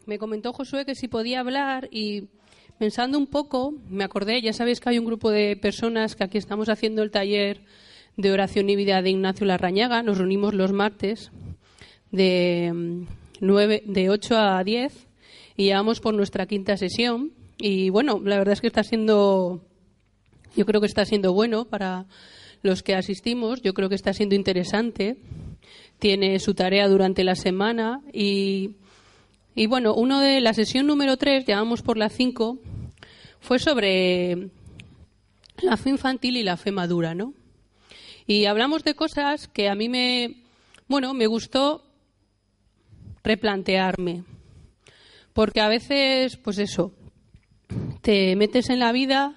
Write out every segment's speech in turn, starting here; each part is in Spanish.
me comentó Josué que si podía hablar y pensando un poco, me acordé, ya sabéis que hay un grupo de personas que aquí estamos haciendo el taller de oración y vida de Ignacio Larrañaga. Nos reunimos los martes de 8 a 10 y ya vamos por nuestra quinta sesión. Y bueno, la verdad es que yo creo que está siendo bueno para los que asistimos, yo creo que está siendo interesante. Tiene su tarea durante la semana y bueno, la sesión número 3, ya vamos por la 5, fue sobre la fe infantil y la fe madura, ¿no? Y hablamos de cosas que a mí me gustó replantearme. Porque a veces, pues eso, te metes en la vida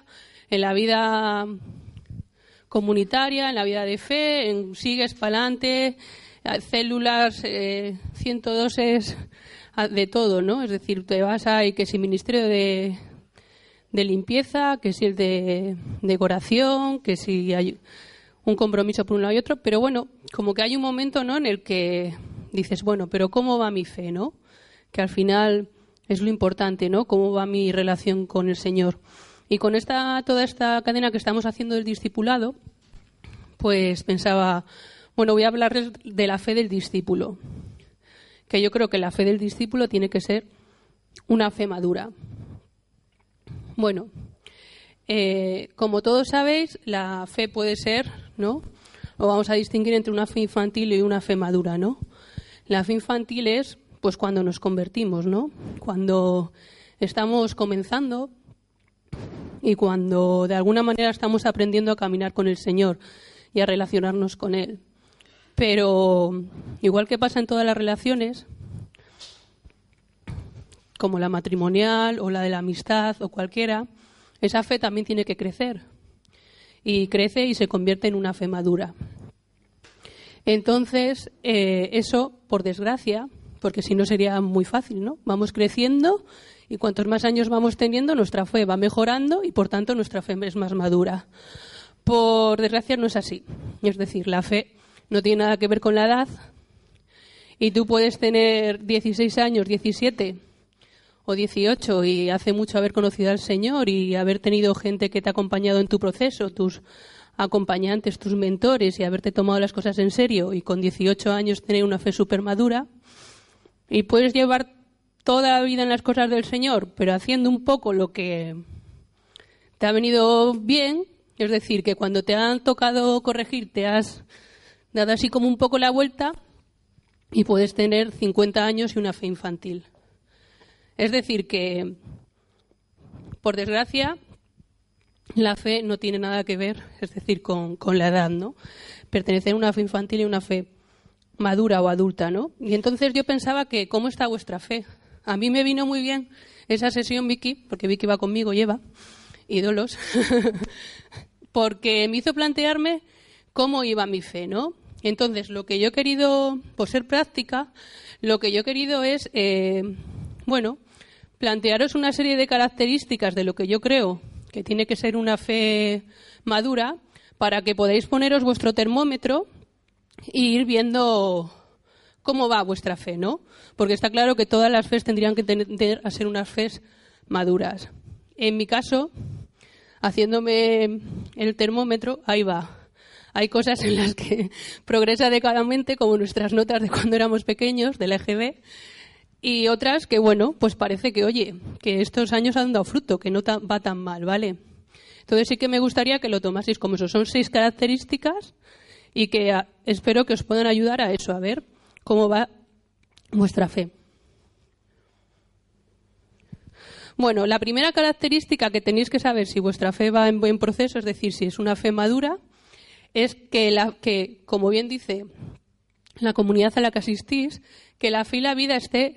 comunitaria, en la vida de fe, sigues para adelante, células, 102 de todo, ¿no? Es decir, te vas ahí, que si ministerio de limpieza, que si el de decoración, que si hay un compromiso por un lado y otro, pero bueno, como que hay un momento, ¿no?, en el que dices, bueno, pero ¿cómo va mi fe, no? Que al final es lo importante, ¿no? ¿Cómo va mi relación con el Señor? Y con toda esta cadena que estamos haciendo del discipulado, pues pensaba, bueno, voy a hablarles de la fe del discípulo. Que yo creo que la fe del discípulo tiene que ser una fe madura. Bueno, como todos sabéis, la fe puede ser, ¿no? O vamos a distinguir entre una fe infantil y una fe madura, ¿no? La fe infantil es, pues, cuando nos convertimos, ¿no? Cuando estamos comenzando y cuando de alguna manera estamos aprendiendo a caminar con el Señor y a relacionarnos con Él. Pero igual que pasa en todas las relaciones, como la matrimonial o la de la amistad o cualquiera, esa fe también tiene que crecer. Y crece y se convierte en una fe madura. Entonces, eso, por desgracia, porque si no sería muy fácil, ¿no? Vamos creciendo y cuantos más años vamos teniendo, nuestra fe va mejorando y, por tanto, nuestra fe es más madura. Por desgracia no es así. Es decir, la fe no tiene nada que ver con la edad y tú puedes tener 16 años, 17 o 18 y hace mucho haber conocido al Señor y haber tenido gente que te ha acompañado en tu proceso, tus acompañantes, tus mentores y haberte tomado las cosas en serio y con 18 años tener una fe súper madura y puedes llevar toda la vida en las cosas del Señor, pero haciendo un poco lo que te ha venido bien, es decir, que cuando te han tocado corregir te has dado así como un poco la vuelta y puedes tener 50 años y una fe infantil. Es decir, que, por desgracia, la fe no tiene nada que ver, es decir, con la edad, ¿no? Pertenecer a una fe infantil y una fe madura o adulta, ¿no? Y entonces yo pensaba que, ¿cómo está vuestra fe? A mí me vino muy bien esa sesión, Vicky, porque Vicky va conmigo, lleva ídolos, porque me hizo plantearme cómo iba mi fe, ¿no? Entonces, lo que yo he querido, por ser práctica, lo que yo he querido es, plantearos una serie de características de lo que yo creo que tiene que ser una fe madura para que podáis poneros vuestro termómetro e ir viendo cómo va vuestra fe, ¿no? Porque está claro que todas las fes tendrían que tender a ser unas fes maduras. En mi caso, haciéndome el termómetro, ahí va. Hay cosas en las que progresa adecuadamente, como nuestras notas de cuando éramos pequeños, del EGB, y otras que, bueno, pues parece que, oye, que estos años han dado fruto, que no va tan mal, ¿vale? Entonces sí que me gustaría que lo tomaseis como eso. Son 6 características y que espero que os puedan ayudar a eso, a ver cómo va vuestra fe. Bueno, la primera característica que tenéis que saber si vuestra fe va en buen proceso, es decir, si es una fe madura, es que, como bien dice la comunidad a la que asistís, que la fe y la vida esté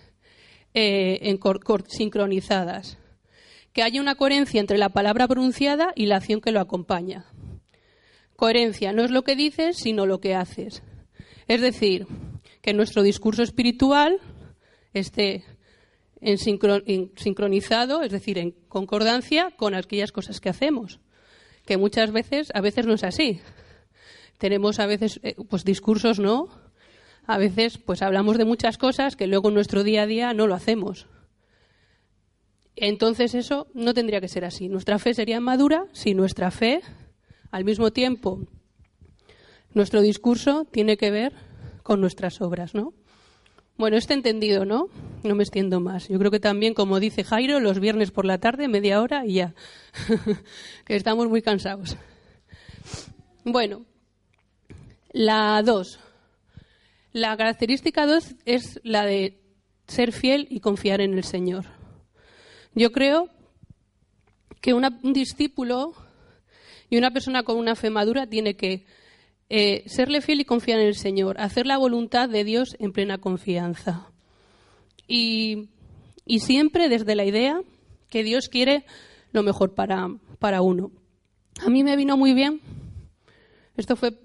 sincronizadas. Que haya una coherencia entre la palabra pronunciada y la acción que lo acompaña. Coherencia no es lo que dices, sino lo que haces. Es decir, que nuestro discurso espiritual esté sincronizado, es decir, en concordancia con aquellas cosas que hacemos. Que a veces no es así. Tenemos a veces pues discursos, ¿no?, a veces pues hablamos de muchas cosas que luego en nuestro día a día no lo hacemos. Entonces eso no tendría que ser así. Nuestra fe sería madura si nuestra fe, al mismo tiempo, nuestro discurso tiene que ver con nuestras obras, ¿no? Bueno, entendido, ¿no? No me extiendo más. Yo creo que también, como dice Jairo, los viernes por la tarde, media hora y ya. Que estamos muy cansados. Bueno, la 2. La característica 2 es la de ser fiel y confiar en el Señor. Yo creo que un discípulo y una persona con una fe madura tiene que serle fiel y confiar en el Señor, hacer la voluntad de Dios en plena confianza. Y siempre desde la idea que Dios quiere lo mejor para uno. A mí me vino muy bien, esto fue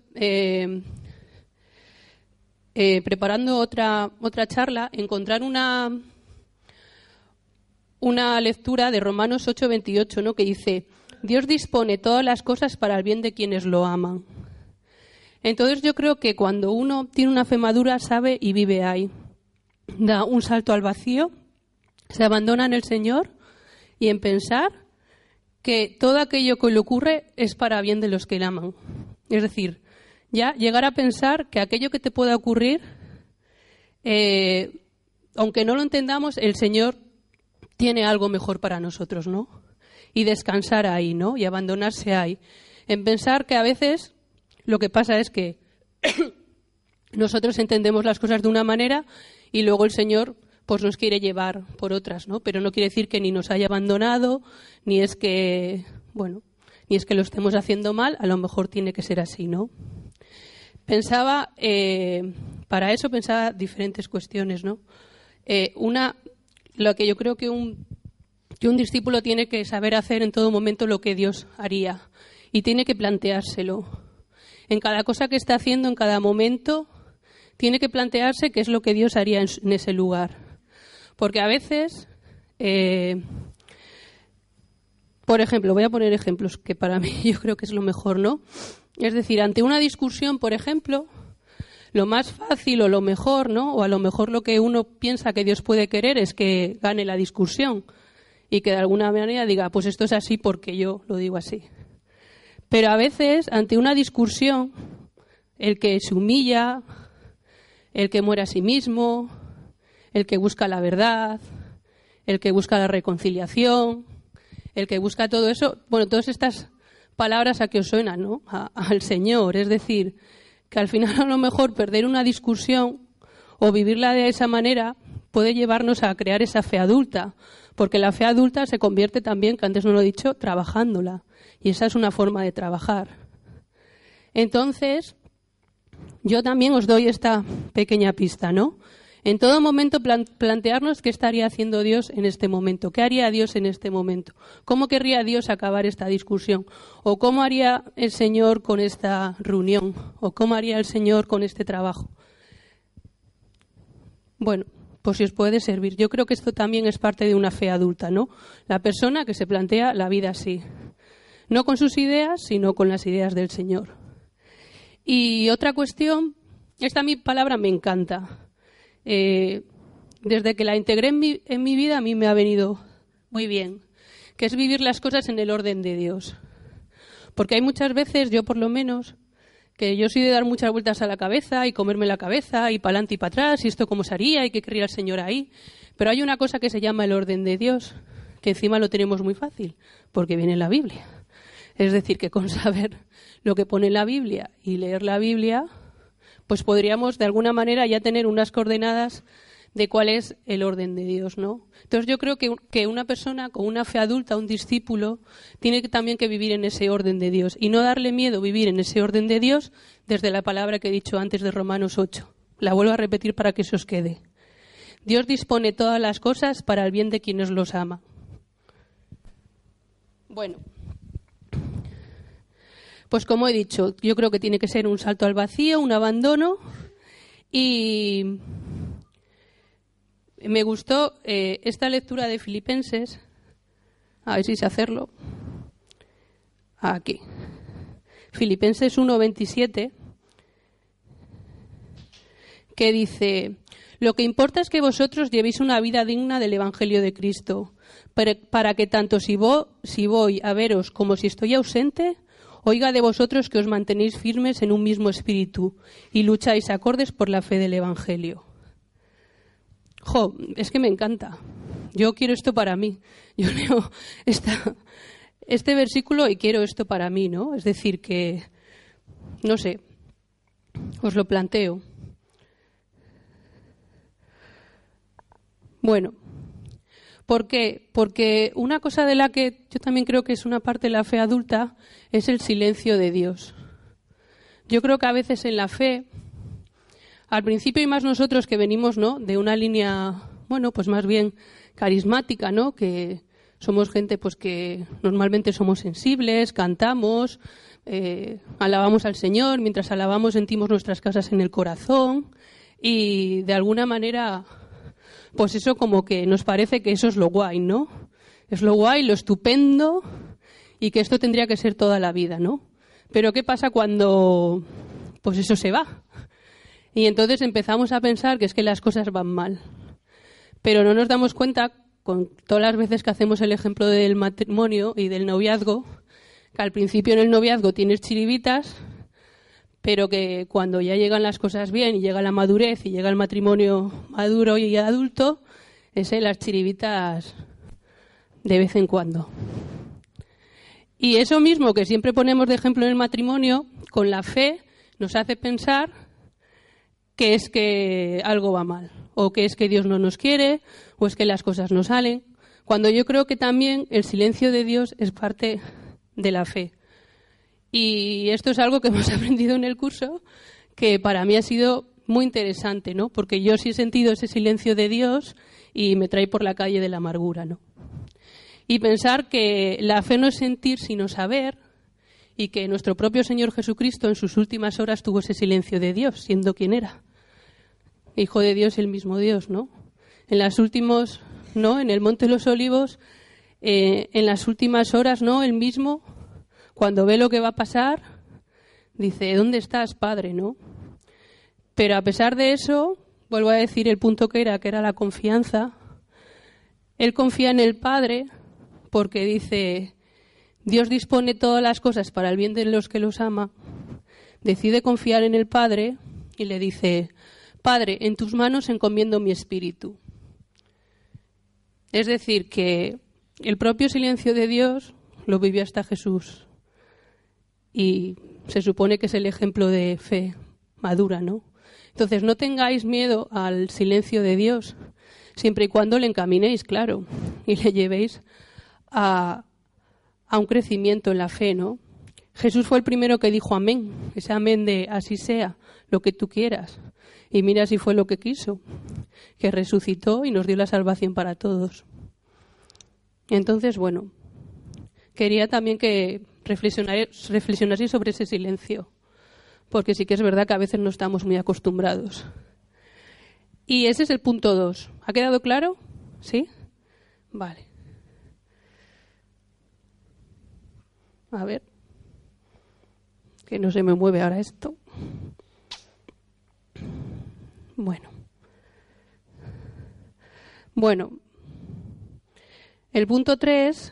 preparando otra charla, encontrar una lectura de Romanos 8:28, ¿no? Que dice: Dios dispone todas las cosas para el bien de quienes lo aman. Entonces yo creo que cuando uno tiene una fe madura, sabe y vive ahí. Da un salto al vacío, se abandona en el Señor y en pensar que todo aquello que le ocurre es para bien de los que le aman. Es decir, ya llegar a pensar que aquello que te pueda ocurrir, aunque no lo entendamos, el Señor tiene algo mejor para nosotros, ¿no? Y descansar ahí, ¿no? Y abandonarse ahí. En pensar que a veces lo que pasa es que nosotros entendemos las cosas de una manera y luego el Señor pues nos quiere llevar por otras, ¿no? Pero no quiere decir que ni nos haya abandonado, ni es que lo estemos haciendo mal, a lo mejor tiene que ser así, ¿no? Para eso pensaba diferentes cuestiones, ¿no? Lo que yo creo que un discípulo tiene que saber hacer en todo momento lo que Dios haría y tiene que planteárselo. En cada cosa que está haciendo, en cada momento, tiene que plantearse qué es lo que Dios haría en ese lugar. Porque a veces, por ejemplo, voy a poner ejemplos que para mí yo creo que es lo mejor, ¿no? Es decir, ante una discusión, por ejemplo, lo más fácil o lo mejor, ¿no? O a lo mejor lo que uno piensa que Dios puede querer es que gane la discusión y que de alguna manera diga, pues esto es así porque yo lo digo así. Pero a veces, ante una discusión, el que se humilla, el que muere a sí mismo, el que busca la verdad, el que busca la reconciliación, el que busca todo eso, bueno, todas estas palabras a que os suenan, ¿no? Al Señor. Es decir, que al final a lo mejor perder una discusión o vivirla de esa manera puede llevarnos a crear esa fe adulta, porque la fe adulta se convierte también, que antes no lo he dicho, trabajándola. Y esa es una forma de trabajar. Entonces, yo también os doy esta pequeña pista, ¿no? En todo momento plantearnos qué estaría haciendo Dios en este momento, qué haría Dios en este momento, cómo querría Dios acabar esta discusión, o cómo haría el Señor con esta reunión, o cómo haría el Señor con este trabajo. Bueno, pues si os puede servir. Yo creo que esto también es parte de una fe adulta, ¿no? La persona que se plantea la vida así. No con sus ideas, sino con las ideas del Señor. Y otra cuestión, esta mi palabra me encanta. Desde que la integré en mi vida, a mí me ha venido muy bien, que es vivir las cosas en el orden de Dios. Porque hay muchas veces, yo por lo menos, que yo soy de dar muchas vueltas a la cabeza y comerme la cabeza y para adelante y para atrás, y esto cómo se haría y qué querría el Señor ahí. Pero hay una cosa que se llama el orden de Dios, que encima lo tenemos muy fácil, porque viene en la Biblia. Es decir, que con saber lo que pone en la Biblia y leer la Biblia, pues podríamos de alguna manera ya tener unas coordenadas de cuál es el orden de Dios, ¿no? Entonces yo creo que una persona con una fe adulta, un discípulo, tiene también que vivir en ese orden de Dios y no darle miedo vivir en ese orden de Dios desde la palabra que he dicho antes de Romanos 8. La vuelvo a repetir para que se os quede. Dios dispone todas las cosas para el bien de quienes los ama. Bueno, pues como he dicho, yo creo que tiene que ser un salto al vacío, un abandono, y me gustó esta lectura de Filipenses, a ver si sé hacerlo, aquí, Filipenses 1:27, que dice: lo que importa es que vosotros llevéis una vida digna del Evangelio de Cristo, para que tanto si voy a veros como si estoy ausente, oiga de vosotros que os mantenéis firmes en un mismo espíritu y lucháis acordes por la fe del Evangelio. Es que me encanta. Yo quiero esto para mí. Yo leo este versículo y quiero esto para mí, ¿no? Es decir, que, no sé, os lo planteo. Bueno, ¿por qué? Porque una cosa de la que yo también creo que es una parte de la fe adulta es el silencio de Dios. Yo creo que a veces en la fe, al principio y más nosotros que venimos, ¿no?, de una línea, bueno, pues más bien carismática, ¿no?, que somos gente pues que normalmente somos sensibles, cantamos, alabamos al Señor, mientras alabamos sentimos nuestras cosas en el corazón y de alguna manera, pues eso como que nos parece que eso es lo guay, ¿no? Es lo guay, lo estupendo y que esto tendría que ser toda la vida, ¿no? Pero ¿qué pasa cuando pues eso se va? Y entonces empezamos a pensar que es que las cosas van mal. Pero no nos damos cuenta, con todas las veces que hacemos el ejemplo del matrimonio y del noviazgo, que al principio en el noviazgo tienes chiribitas, pero que cuando ya llegan las cosas bien y llega la madurez y llega el matrimonio maduro y adulto, las chiribitas de vez en cuando. Y eso mismo que siempre ponemos de ejemplo en el matrimonio, con la fe nos hace pensar que es que algo va mal, o que es que Dios no nos quiere, o es que las cosas no salen, cuando yo creo que también el silencio de Dios es parte de la fe. Y esto es algo que hemos aprendido en el curso, que para mí ha sido muy interesante, ¿no? Porque yo sí he sentido ese silencio de Dios y me trae por la calle de la amargura, ¿no? Y pensar que la fe no es sentir sino saber, y que nuestro propio Señor Jesucristo en sus últimas horas tuvo ese silencio de Dios, siendo quien era. Hijo de Dios, el mismo Dios, ¿no? En las últimas, ¿no? En el Monte de los Olivos, en las últimas horas, ¿no? Él mismo, cuando ve lo que va a pasar, dice: ¿dónde estás, Padre?, ¿no? Pero a pesar de eso, vuelvo a decir el punto que era la confianza. Él confía en el Padre porque dice: Dios dispone todas las cosas para el bien de los que los ama. Decide confiar en el Padre y le dice: Padre, en tus manos encomiendo mi espíritu. Es decir, que el propio silencio de Dios lo vivió hasta Jesús. Y se supone que es el ejemplo de fe madura, ¿no? Entonces, no tengáis miedo al silencio de Dios, siempre y cuando le encaminéis, claro, y le llevéis a un crecimiento en la fe, ¿no? Jesús fue el primero que dijo amén, ese amén de así sea, lo que tú quieras. Y mira si fue lo que quiso, que resucitó y nos dio la salvación para todos. Entonces, bueno, quería también que reflexionaseis sobre ese silencio, porque sí que es verdad que a veces no estamos muy acostumbrados. Y ese es el punto 2. ¿Ha quedado claro? ¿Sí? Vale. A ver, que no se me mueve ahora esto. Bueno, el punto 3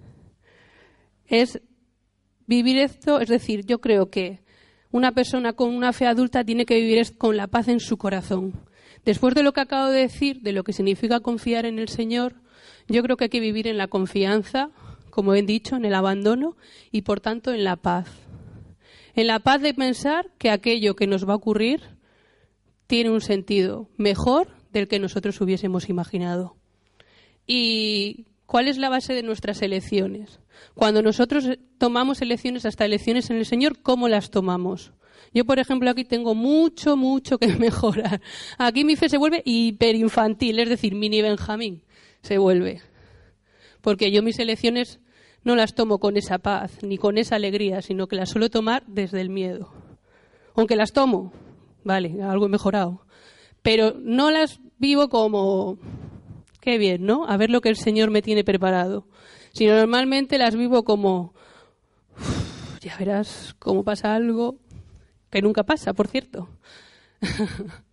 es vivir esto, es decir, yo creo que una persona con una fe adulta tiene que vivir con la paz en su corazón. Después de lo que acabo de decir, de lo que significa confiar en el Señor, yo creo que hay que vivir en la confianza, como he dicho, en el abandono y, por tanto, en la paz. En la paz de pensar que aquello que nos va a ocurrir tiene un sentido mejor del que nosotros hubiésemos imaginado. ¿Y cuál es la base de nuestras elecciones? Cuando nosotros tomamos elecciones, hasta elecciones en el Señor, ¿cómo las tomamos? Yo, por ejemplo, aquí tengo mucho que mejorar. Aquí mi fe se vuelve hiperinfantil, es decir, mini Benjamín se vuelve. Porque yo mis elecciones no las tomo con esa paz, ni con esa alegría, sino que las suelo tomar desde el miedo. Aunque las tomo, vale, algo he mejorado. Pero no las vivo como, qué bien, ¿no? A ver lo que el Señor me tiene preparado. Sino normalmente las vivo como, ya verás cómo pasa algo, que nunca pasa, por cierto.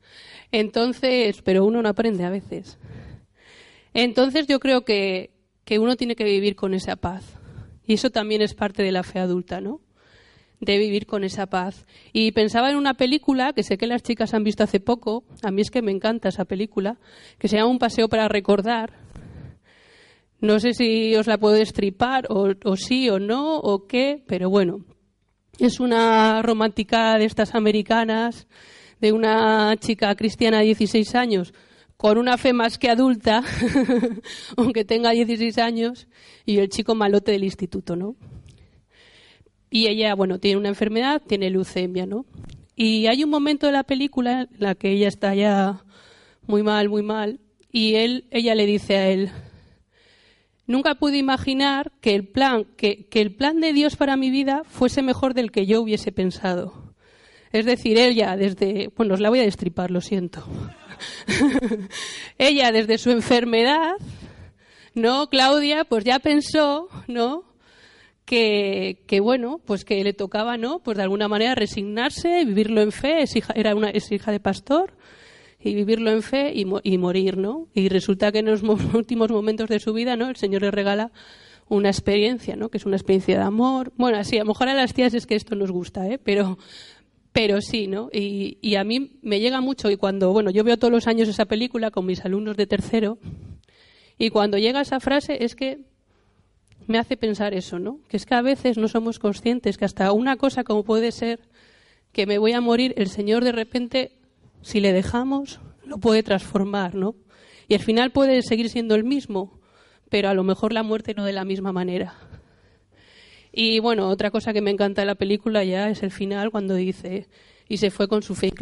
Entonces, pero uno no aprende a veces. Entonces yo creo que uno tiene que vivir con esa paz. Y eso también es parte de la fe adulta, ¿no? De vivir con esa paz. Y pensaba en una película que sé que las chicas han visto hace poco, a mí es que me encanta esa película, que se llama Un paseo para recordar. No sé si os la puedo destripar o sí o no o qué, pero bueno, es una romántica de estas americanas, de una chica cristiana de 16 años, con una fe más que adulta, aunque tenga 16 años, y el chico malote del instituto, ¿no? Y ella, bueno, tiene una enfermedad, tiene leucemia, ¿no? Y hay un momento de la película en la que ella está ya muy mal, y ella le dice a él: nunca pude imaginar que el plan de Dios para mi vida fuese mejor del que yo hubiese pensado. Es decir, ella bueno, os la voy a destripar, lo siento. Ella desde su enfermedad, ¿no? Claudia, pues ya pensó, ¿no? Que bueno, pues que le tocaba, ¿no? Pues de alguna manera resignarse, vivirlo en fe, es hija de pastor, y vivirlo en fe y morir, ¿no? Y resulta que en los últimos momentos de su vida, ¿no? El Señor le regala una experiencia, ¿no? Que es una experiencia de amor. Bueno, sí, a lo mejor a las tías es que esto nos gusta, pero sí, ¿no? Y a mí me llega mucho, y cuando, bueno, yo veo todos los años esa película con mis alumnos de tercero, y cuando llega esa frase es que me hace pensar eso, ¿no? Que es que a veces no somos conscientes que hasta una cosa como puede ser que me voy a morir, el Señor de repente, si le dejamos, lo puede transformar, ¿no? Y al final puede seguir siendo el mismo, pero a lo mejor la muerte no de la misma manera. Y bueno, otra cosa que me encanta de la película ya es el final, cuando dice: y se fue con su fe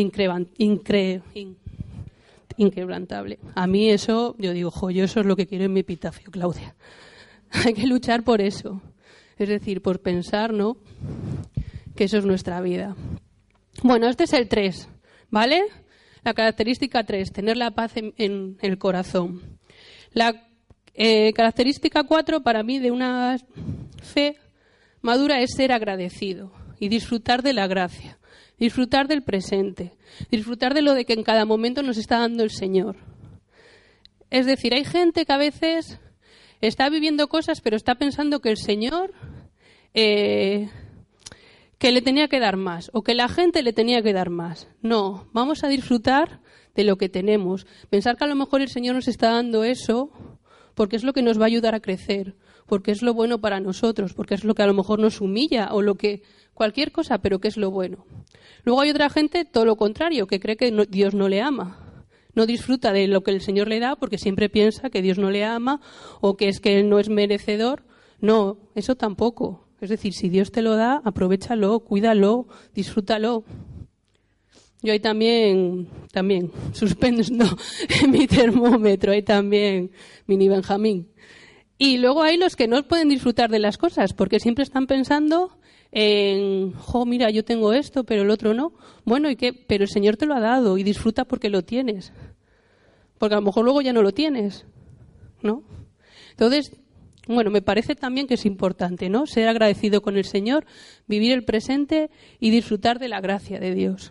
inquebrantable. A mí eso, yo digo, yo eso es lo que quiero en mi epitafio, Claudia. Hay que luchar por eso. Es decir, por pensar, ¿no?, que eso es nuestra vida. Bueno, este es el 3, ¿vale? La característica 3, tener la paz en el corazón. La característica 4, para mí, de una fe madura es ser agradecido y disfrutar de la gracia, disfrutar del presente, disfrutar de lo de que en cada momento nos está dando el Señor. Es decir, hay gente que a veces está viviendo cosas, pero está pensando que el Señor que le tenía que dar más, o que la gente le tenía que dar más. No, vamos a disfrutar de lo que tenemos. Pensar que a lo mejor el Señor nos está dando eso porque es lo que nos va a ayudar a crecer, porque es lo bueno para nosotros, porque es lo que a lo mejor nos humilla, o lo que cualquier cosa, pero que es lo bueno. Luego hay otra gente, todo lo contrario, que cree que Dios no le ama. No disfruta de lo que el Señor le da porque siempre piensa que Dios no le ama o que él no es merecedor. No, eso tampoco. Es decir, si Dios te lo da, aprovéchalo, cuídalo, disfrútalo. Yo ahí también suspendo mi termómetro, ahí también mini Benjamín. Y luego hay los que no pueden disfrutar de las cosas porque siempre están pensando en, mira, yo tengo esto, pero el otro no. Bueno, ¿y qué? Pero el Señor te lo ha dado y disfruta porque lo tienes. Porque a lo mejor luego ya no lo tienes, ¿no? Entonces, bueno, me parece también que es importante, ¿no? Ser agradecido con el Señor, vivir el presente y disfrutar de la gracia de Dios.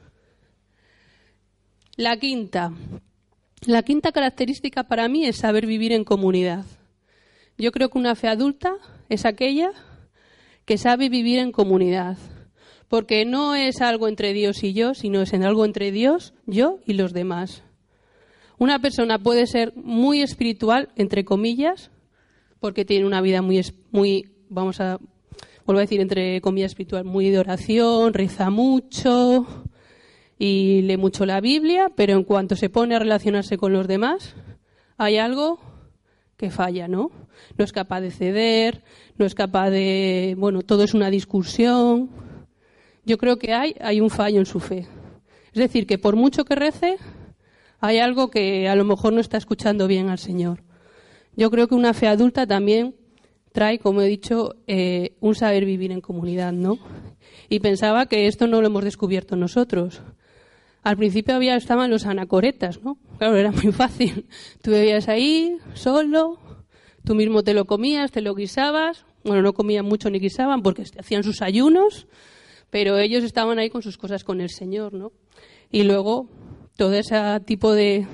La quinta característica para mí es saber vivir en comunidad. Yo creo que una fe adulta es aquella que sabe vivir en comunidad, porque no es algo entre Dios y yo, sino es algo entre Dios, yo y los demás. Una persona puede ser muy espiritual, entre comillas, porque tiene una vida muy vuelvo a decir, entre comillas, espiritual, muy de oración, reza mucho y lee mucho la Biblia, pero en cuanto se pone a relacionarse con los demás, hay algo que falla, ¿no? No es capaz de ceder, no es capaz de... Bueno, todo es una discusión. Yo creo que hay un fallo en su fe. Es decir, que por mucho que rece, hay algo que a lo mejor no está escuchando bien al Señor. Yo creo que una fe adulta también trae, como he dicho, un saber vivir en comunidad, ¿no? Y pensaba que esto no lo hemos descubierto nosotros. Al principio estaban los anacoretas, ¿no? Claro, era muy fácil. Tú bebías ahí, solo, tú mismo te lo comías, te lo guisabas. Bueno, no comían mucho ni guisaban porque hacían sus ayunos, pero ellos estaban ahí con sus cosas con el Señor, ¿no? Y luego, todo ese tipo de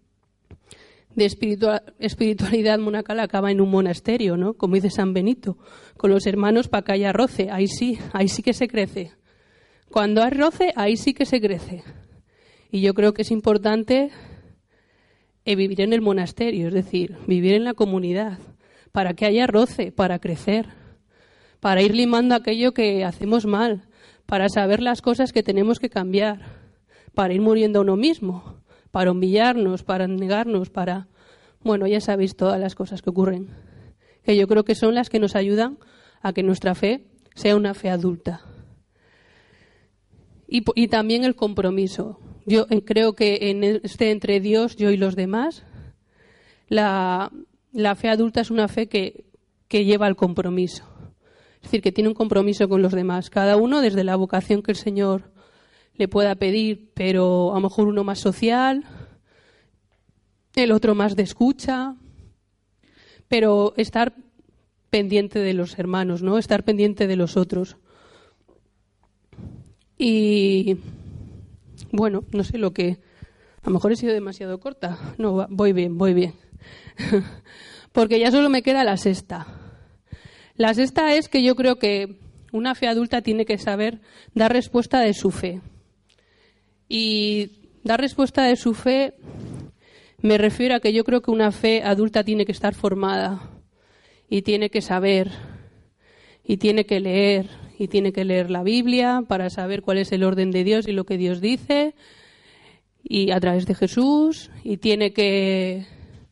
espiritualidad monacal acaba en un monasterio, ¿no? Como dice San Benito, con los hermanos para que haya roce, ahí sí que se crece. Cuando hay roce, ahí sí que se crece. Y yo creo que es importante vivir en el monasterio, es decir, vivir en la comunidad, para que haya roce, para crecer, para ir limando aquello que hacemos mal, para saber las cosas que tenemos que cambiar, para ir muriendo a uno mismo, para humillarnos, para negarnos, para... Bueno, ya sabéis todas las cosas que ocurren, que yo creo que son las que nos ayudan a que nuestra fe sea una fe adulta. Y también el compromiso. Yo creo que en entre Dios, yo y los demás, la fe adulta es una fe que lleva al compromiso. Es decir, que tiene un compromiso con los demás. Cada uno desde la vocación que el Señor le pueda pedir, pero a lo mejor uno más social, el otro más de escucha, pero estar pendiente de los hermanos, ¿no? Estar pendiente de los otros. Y bueno, no sé lo que... A lo mejor he sido demasiado corta. No, voy bien. Porque ya solo me queda la sexta. La sexta es que yo creo que una fe adulta tiene que saber dar respuesta de su fe. Y dar respuesta de su fe me refiero a que yo creo que una fe adulta tiene que estar formada y tiene que saber y tiene que leer y tiene que leer la Biblia para saber cuál es el orden de Dios y lo que Dios dice y a través de Jesús, y tiene que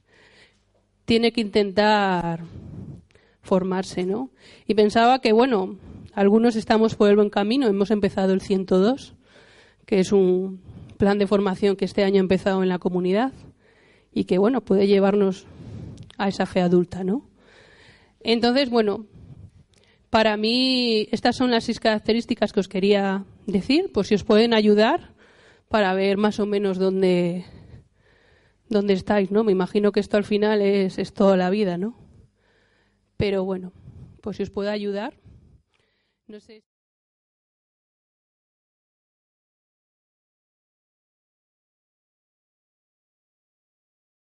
intentar formarse, ¿no? Y pensaba que, bueno, algunos estamos por el buen camino. Hemos empezado el 102, que es un plan de formación que este año ha empezado en la comunidad y que, bueno, puede llevarnos a esa fe adulta, ¿no? Entonces, bueno, para mí estas son las 6 características que os quería decir, pues si os pueden ayudar para ver más o menos dónde estáis, ¿no? Me imagino que esto al final es toda la vida, ¿no? Pero bueno, pues si os puede ayudar, no sé.